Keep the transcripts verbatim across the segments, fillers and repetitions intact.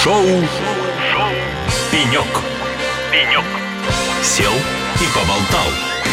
Шоу Шоу Пенек. Пенек. Сел и поболтал.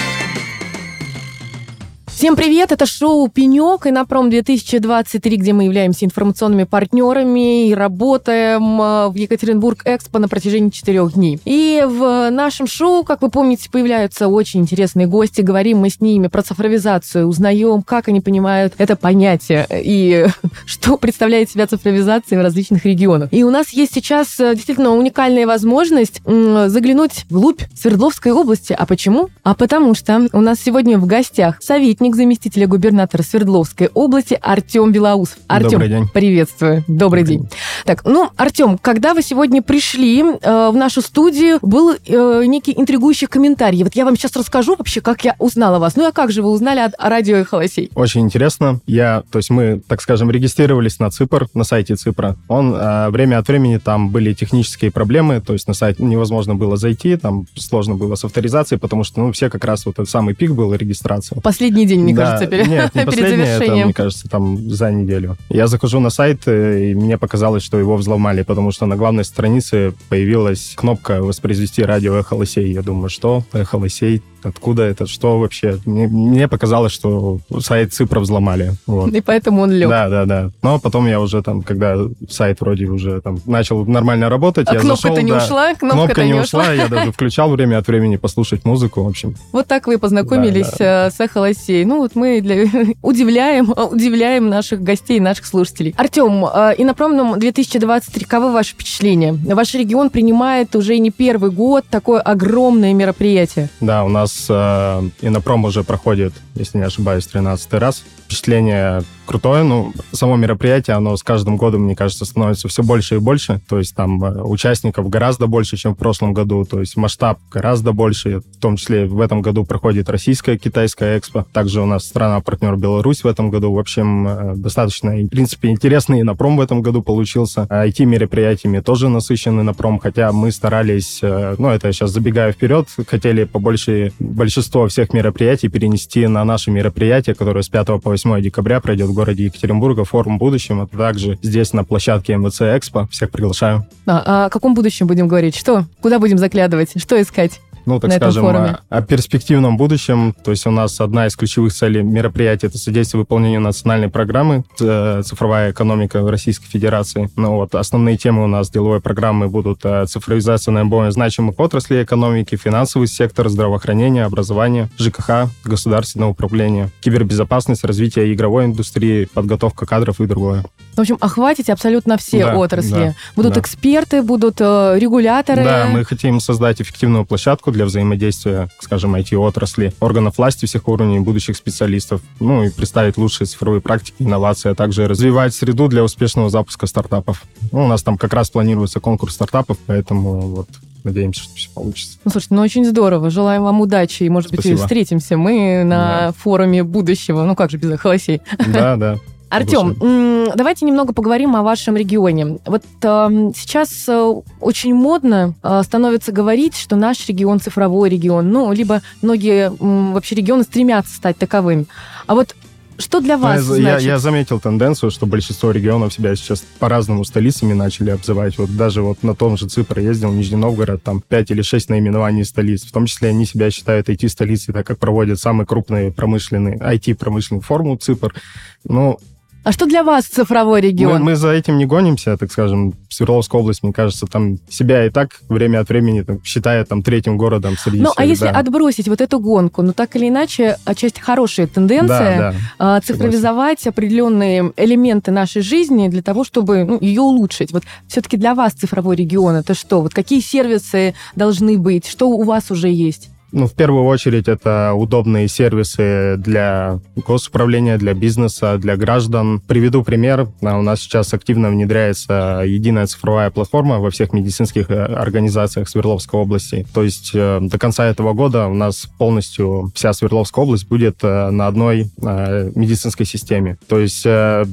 Всем привет, это шоу «Пенек» и «Инопром две тысячи двадцать три», где мы являемся информационными партнерами и работаем в Екатеринбург-Экспо на протяжении четырех дней. И в нашем шоу, как вы помните, появляются очень интересные гости. Говорим мы с ними про цифровизацию, узнаем, как они понимают это понятие и что представляет себя цифровизация в различных регионах. И у нас есть сейчас действительно уникальная возможность заглянуть вглубь Свердловской области. А почему? А потому что у нас сегодня в гостях советник заместителя губернатора Свердловской области Артем Белоусов. Артем, добрый день. Приветствую. Добрый, Добрый день. день. Так, ну, Артем, когда вы сегодня пришли э, в нашу студию, был э, некий интригующий комментарий. Вот я вам сейчас расскажу вообще, как я узнала вас. Ну, а как же вы узнали о, о радио «Эхо Лосей»? Очень интересно. Я, то есть мы, так скажем, регистрировались на ЦИПР, на сайте ЦИПРа. Он э, время от времени, там были технические проблемы, то есть на сайт невозможно было зайти, там сложно было с авторизацией, потому что, ну, все как раз вот этот самый пик был регистрации. Последний день, мне да, кажется, перед, нет, не перед последнее, завершением. Это, мне кажется, там за неделю. Я захожу на сайт, и мне показалось, что его взломали, потому что на главной странице появилась кнопка «Воспроизвести радио «Эхо Лосей». Я думаю, что «Эхо Лосей»? Откуда это? Что вообще? Мне, мне показалось, что сайт ЦИПРа взломали. Вот. И поэтому он лег. Да, да, да. Но потом я уже там, когда сайт вроде уже там начал нормально работать, а я кнопка-то зашел... не да, ушла? Кнопка-то кнопка не не ушла, ушла. Я даже включал время от времени послушать музыку, в общем. Вот так вы познакомились да, да. с «Эхо Лосей». Ну, вот мы для... удивляем, удивляем наших гостей, наших слушателей. Артем, «Инопром две тысячи двадцать три», каковы ваши впечатления? Ваш регион принимает уже не первый год такое огромное мероприятие. Да, у нас... «Инопром» уже проходит, если не ошибаюсь, тринадцатый раз. Впечатление крутое. Ну, само мероприятие, оно с каждым годом, мне кажется, становится все больше и больше. То есть там участников гораздо больше, чем в прошлом году. То есть масштаб гораздо больше. В том числе в этом году проходит российская китайская экспо. Также у нас страна-партнер Беларусь в этом году. В общем, достаточно, в принципе, интересный «Инопром» в этом году получился. ай ти-мероприятиями тоже насыщенный «Инопром», хотя мы старались, ну, это я сейчас забегаю вперед, хотели побольше, большинство всех мероприятий перенести на наши мероприятия, которые с пятого по восьмое декабря пройдет в городе Екатеринбурга, форум будущего, а также здесь на площадке эм вэ цэ Экспо. Всех приглашаю. А, а о каком будущем будем говорить? Что? Куда будем заглядывать? Что искать? Ну, так на скажем, о, о перспективном будущем. То есть у нас одна из ключевых целей мероприятия — это содействие выполнению национальной программы «Цифровая экономика Российской Федерации». Ну, вот основные темы у нас деловой программы будут цифровизация наиболее значимых отраслей экономики, финансовый сектор, здравоохранение, образование, ЖКХ, государственное управление, кибербезопасность, развитие игровой индустрии, подготовка кадров и другое. В общем, охватите абсолютно все да, отрасли. Да, будут да. эксперты, будут э, регуляторы. Да, мы хотим создать эффективную площадку для взаимодействия, скажем, ай ти-отрасли, органов власти всех уровней, будущих специалистов, ну и представить лучшие цифровые практики, инновации, а также развивать среду для успешного запуска стартапов. Ну, у нас там как раз планируется конкурс стартапов, поэтому вот надеемся, что все получится. Ну, слушайте, ну очень здорово. Желаем вам удачи. И, может Спасибо. быть, встретимся мы на да. форуме будущего. Ну, как же без «Эхо Лосей». Да, да. Артем, давайте немного поговорим о вашем регионе. Вот э, сейчас э, очень модно э, становится говорить, что наш регион цифровой регион, ну, либо многие э, вообще регионы стремятся стать таковым. А вот что для вас я, значит? Я, я заметил тенденцию, что большинство регионов себя сейчас по-разному столицами начали обзывать. Вот даже вот на том же ЦИПР ездил, Нижний Новгород, там пять или шесть наименований столиц. В том числе они себя считают ай ти-столицей, так как проводят самый крупный промышленный, ай ти-промышленный форум ЦИПР. Ну, а что для вас цифровой регион? Мы, мы за этим не гонимся, так скажем. Свердловская область, мне кажется, там себя и так время от времени там, считает там третьим городом среди Ну, всех, а если да. отбросить вот эту гонку, ну, так или иначе, отчасти хорошая тенденция да, да, цифровизовать согласен. Определенные элементы нашей жизни для того, чтобы ну, ее улучшить. Вот все-таки для вас цифровой регион это что? Вот какие сервисы должны быть? Что у вас уже есть? Ну, в первую очередь, это удобные сервисы для госуправления, для бизнеса, для граждан. Приведу пример. У нас сейчас активно внедряется единая цифровая платформа во всех медицинских организациях Свердловской области. То есть до конца этого года у нас полностью вся Свердловская область будет на одной медицинской системе. То есть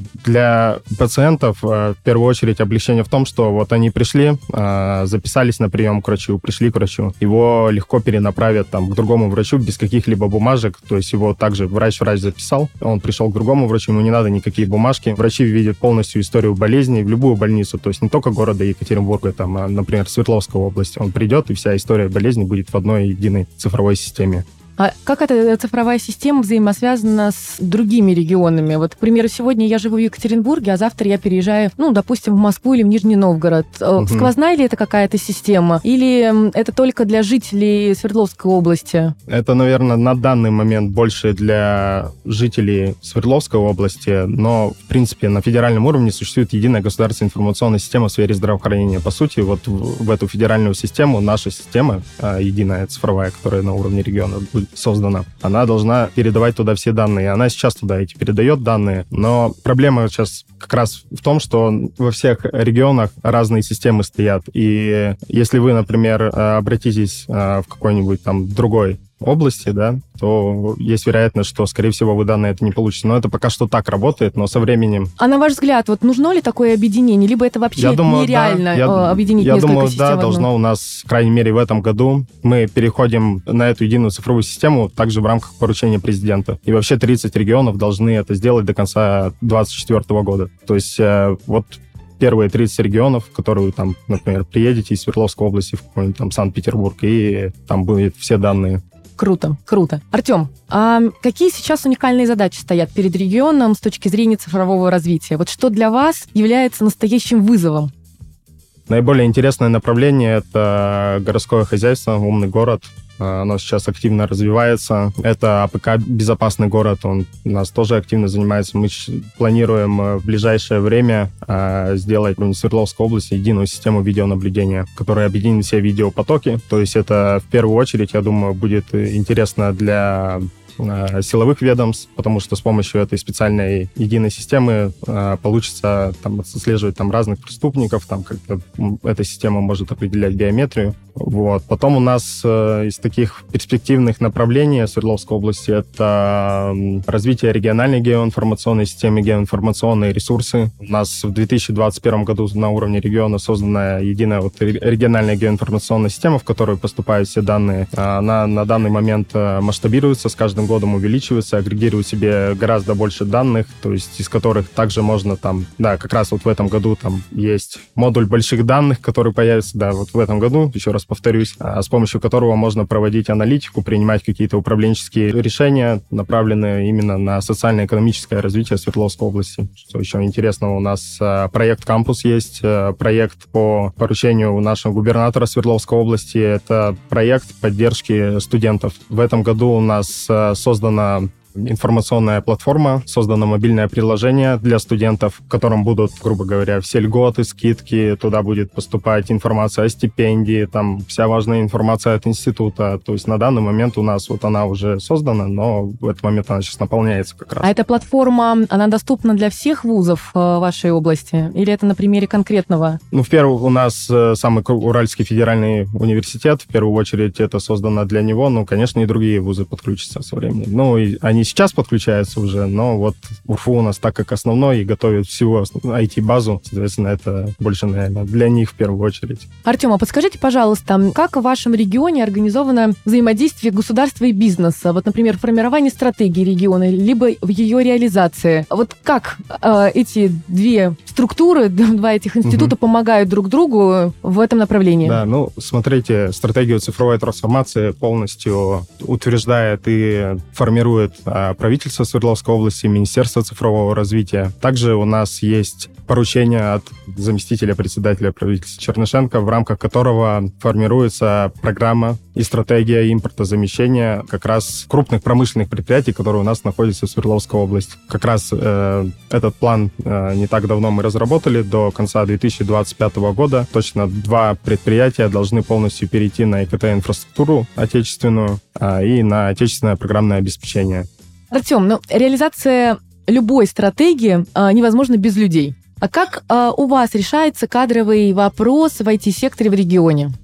для пациентов в первую очередь облегчение в том, что вот они пришли, записались на прием к врачу, пришли к врачу, его легко перенаправят там, к другому врачу без каких-либо бумажек, то есть его также врач-врач записал, он пришел к другому врачу, ему не надо никакие бумажки. Врачи видят полностью историю болезни в любую больницу, то есть не только города Екатеринбурга, там, а, например, Свердловской области. Он придет, и вся история болезни будет в одной единой цифровой системе. А как эта цифровая система взаимосвязана с другими регионами? Вот, к примеру, сегодня я живу в Екатеринбурге, а завтра я переезжаю, ну, допустим, в Москву или в Нижний Новгород. Угу. Сквозная ли это какая-то система? Или это только для жителей Свердловской области? Это, наверное, на данный момент больше для жителей Свердловской области, но, в принципе, на федеральном уровне существует единая государственная информационная система в сфере здравоохранения. По сути, вот в, в эту федеральную систему наша система, единая цифровая, которая на уровне региона будет создана, она должна передавать туда все данные. Она сейчас туда эти передает данные, но проблема сейчас как раз в том, что во всех регионах разные системы стоят. И если вы, например, обратитесь в какой-нибудь там другой области, да, то есть вероятность, что, скорее всего, вы данные это не получите. Но это пока что так работает, но со временем... А на ваш взгляд, вот нужно ли такое объединение? Либо это вообще я думаю, нереально да, я, объединить я несколько думаю, систем? Я в думаю, да, должно у нас, в крайней мере, в этом году мы переходим на эту единую цифровую систему также в рамках поручения президента. И вообще тридцать регионов должны это сделать до конца двадцать четвёртого года. То есть э, вот первые тридцать регионов, в которые вы там, например, приедете из Свердловской области в какой-нибудь там Санкт-Петербург, и там будут все данные. Круто, круто. Артем, а какие сейчас уникальные задачи стоят перед регионом с точки зрения цифрового развития? Вот что для вас является настоящим вызовом? Наиболее интересное направление — это городское хозяйство, умный город. Оно сейчас активно развивается. Это АПК «Безопасный город», он у нас тоже активно занимается. Мы планируем в ближайшее время сделать в Свердловской области единую систему видеонаблюдения, которая объединит все видеопотоки. То есть это в первую очередь, я думаю, будет интересно для силовых ведомств, потому что с помощью этой специальной единой системы э, получится там, отслеживать там, разных преступников, там как-то эта система может определять биометрию. Вот. Потом у нас э, из таких перспективных направлений Свердловской области это развитие региональной геоинформационной системы, геоинформационные ресурсы. У нас в две тысячи двадцать первом году на уровне региона создана единая вот, региональная геоинформационная система, в которую поступают все данные. Она на данный момент масштабируется, с каждым годом увеличивается, агрегирует себе гораздо больше данных, то есть из которых также можно там, да, как раз вот в этом году там есть модуль больших данных, который появится, да, вот в этом году, еще раз повторюсь, с помощью которого можно проводить аналитику, принимать какие-то управленческие решения, направленные именно на социально-экономическое развитие Свердловской области. Что еще интересного, у нас проект «Кампус» есть, проект по поручению нашего губернатора Свердловской области, это проект поддержки студентов. В этом году у нас создана информационная платформа, создано мобильное приложение для студентов, в котором будут, грубо говоря, все льготы, скидки, туда будет поступать информация о стипендии, там вся важная информация от института. То есть на данный момент у нас вот она уже создана, но в этот момент она сейчас наполняется как раз. А эта платформа, она доступна для всех вузов вашей области? Или это на примере конкретного? Ну, в первую, у нас самый Уральский федеральный университет, в первую очередь это создано для него, ну, конечно, и другие вузы подключатся со временем. Ну, и они сейчас подключаются уже, но вот УрФУ у нас так как основной и готовит всю ай ти-базу, соответственно, это больше, наверное, для них в первую очередь. Артем, а подскажите, пожалуйста, как в вашем регионе организовано взаимодействие государства и бизнеса? Вот, например, формирование стратегии региона, либо в ее реализации. Вот как э, эти две структуры, два этих института угу. помогают друг другу в этом направлении? Да, ну, смотрите, стратегию цифровой трансформации полностью утверждает и формирует правительство Свердловской области, Министерство цифрового развития. Также у нас есть поручение от заместителя председателя правительства Чернышенко, в рамках которого формируется программа и стратегия импортозамещения как раз крупных промышленных предприятий, которые у нас находятся в Свердловской области. Как раз э, этот план э, не так давно мы разработали. До конца две тысячи двадцать пятого года точно два предприятия должны полностью перейти на ИКТ-инфраструктуру отечественную э, и на отечественное программное обеспечение. Артем, ну, реализация любой стратегии а, невозможна без людей. А как а, у вас решается кадровый вопрос в ай ти-секторе в регионе?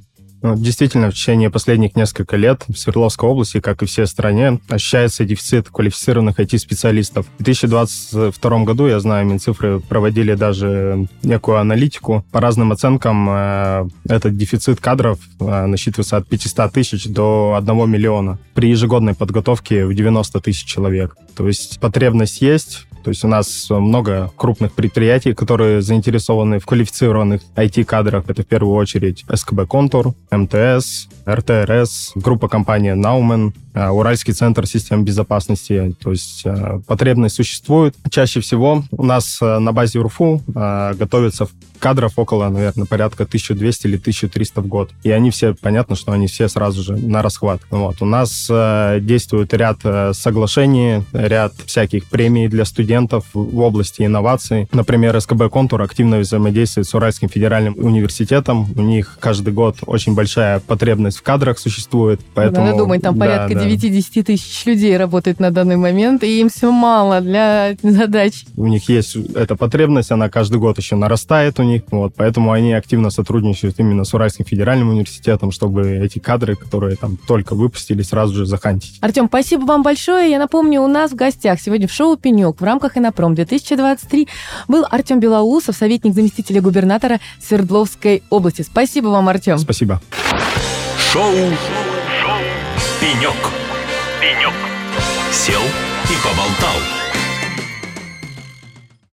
Ну, действительно, в течение последних нескольких лет в Свердловской области, как и всей стране, ощущается дефицит квалифицированных ай ти-специалистов. В две тысячи двадцать втором году, я знаю, Минцифры проводили даже некую аналитику. По разным оценкам, э, этот дефицит кадров э, насчитывается от пятисот тысяч до одного миллиона. При ежегодной подготовке в девяносто тысяч человек. То есть потребность есть. То есть у нас много крупных предприятий, которые заинтересованы в квалифицированных ай ти-кадрах. Это в первую очередь эс ка бэ «Контур», эм тэ эс, эр тэ эр эс, группа компании «Nauman», Уральский центр систем безопасности. То есть потребность существует. Чаще всего у нас на базе УРФУ готовятся кадров около, наверное, порядка тысяча двести или тысяча триста в год. И они все, понятно, что они все сразу же на расхват. Вот. У нас действует ряд соглашений, ряд всяких премий для студентов в области инноваций. Например, эс ка бэ «Контур» активно взаимодействует с Уральским федеральным университетом. У них каждый год очень большая потребность в кадрах существует. Поэтому, надо думать, там да, порядка да. девять-десять тысяч людей работает на данный момент, и им все мало для задач. У них есть эта потребность, она каждый год еще нарастает у них, вот, поэтому они активно сотрудничают именно с Уральским федеральным университетом, чтобы эти кадры, которые там только выпустили, сразу же захантить. Артем, спасибо вам большое. Я напомню, у нас в гостях сегодня в шоу «Пенек» в рамках «Иннопром две тысячи двадцать три» был Артем Белоусов, советник заместителя губернатора Свердловской области. Спасибо вам, Артем. Спасибо. Шоу «Пенек». Пенек. Сел и поболтал.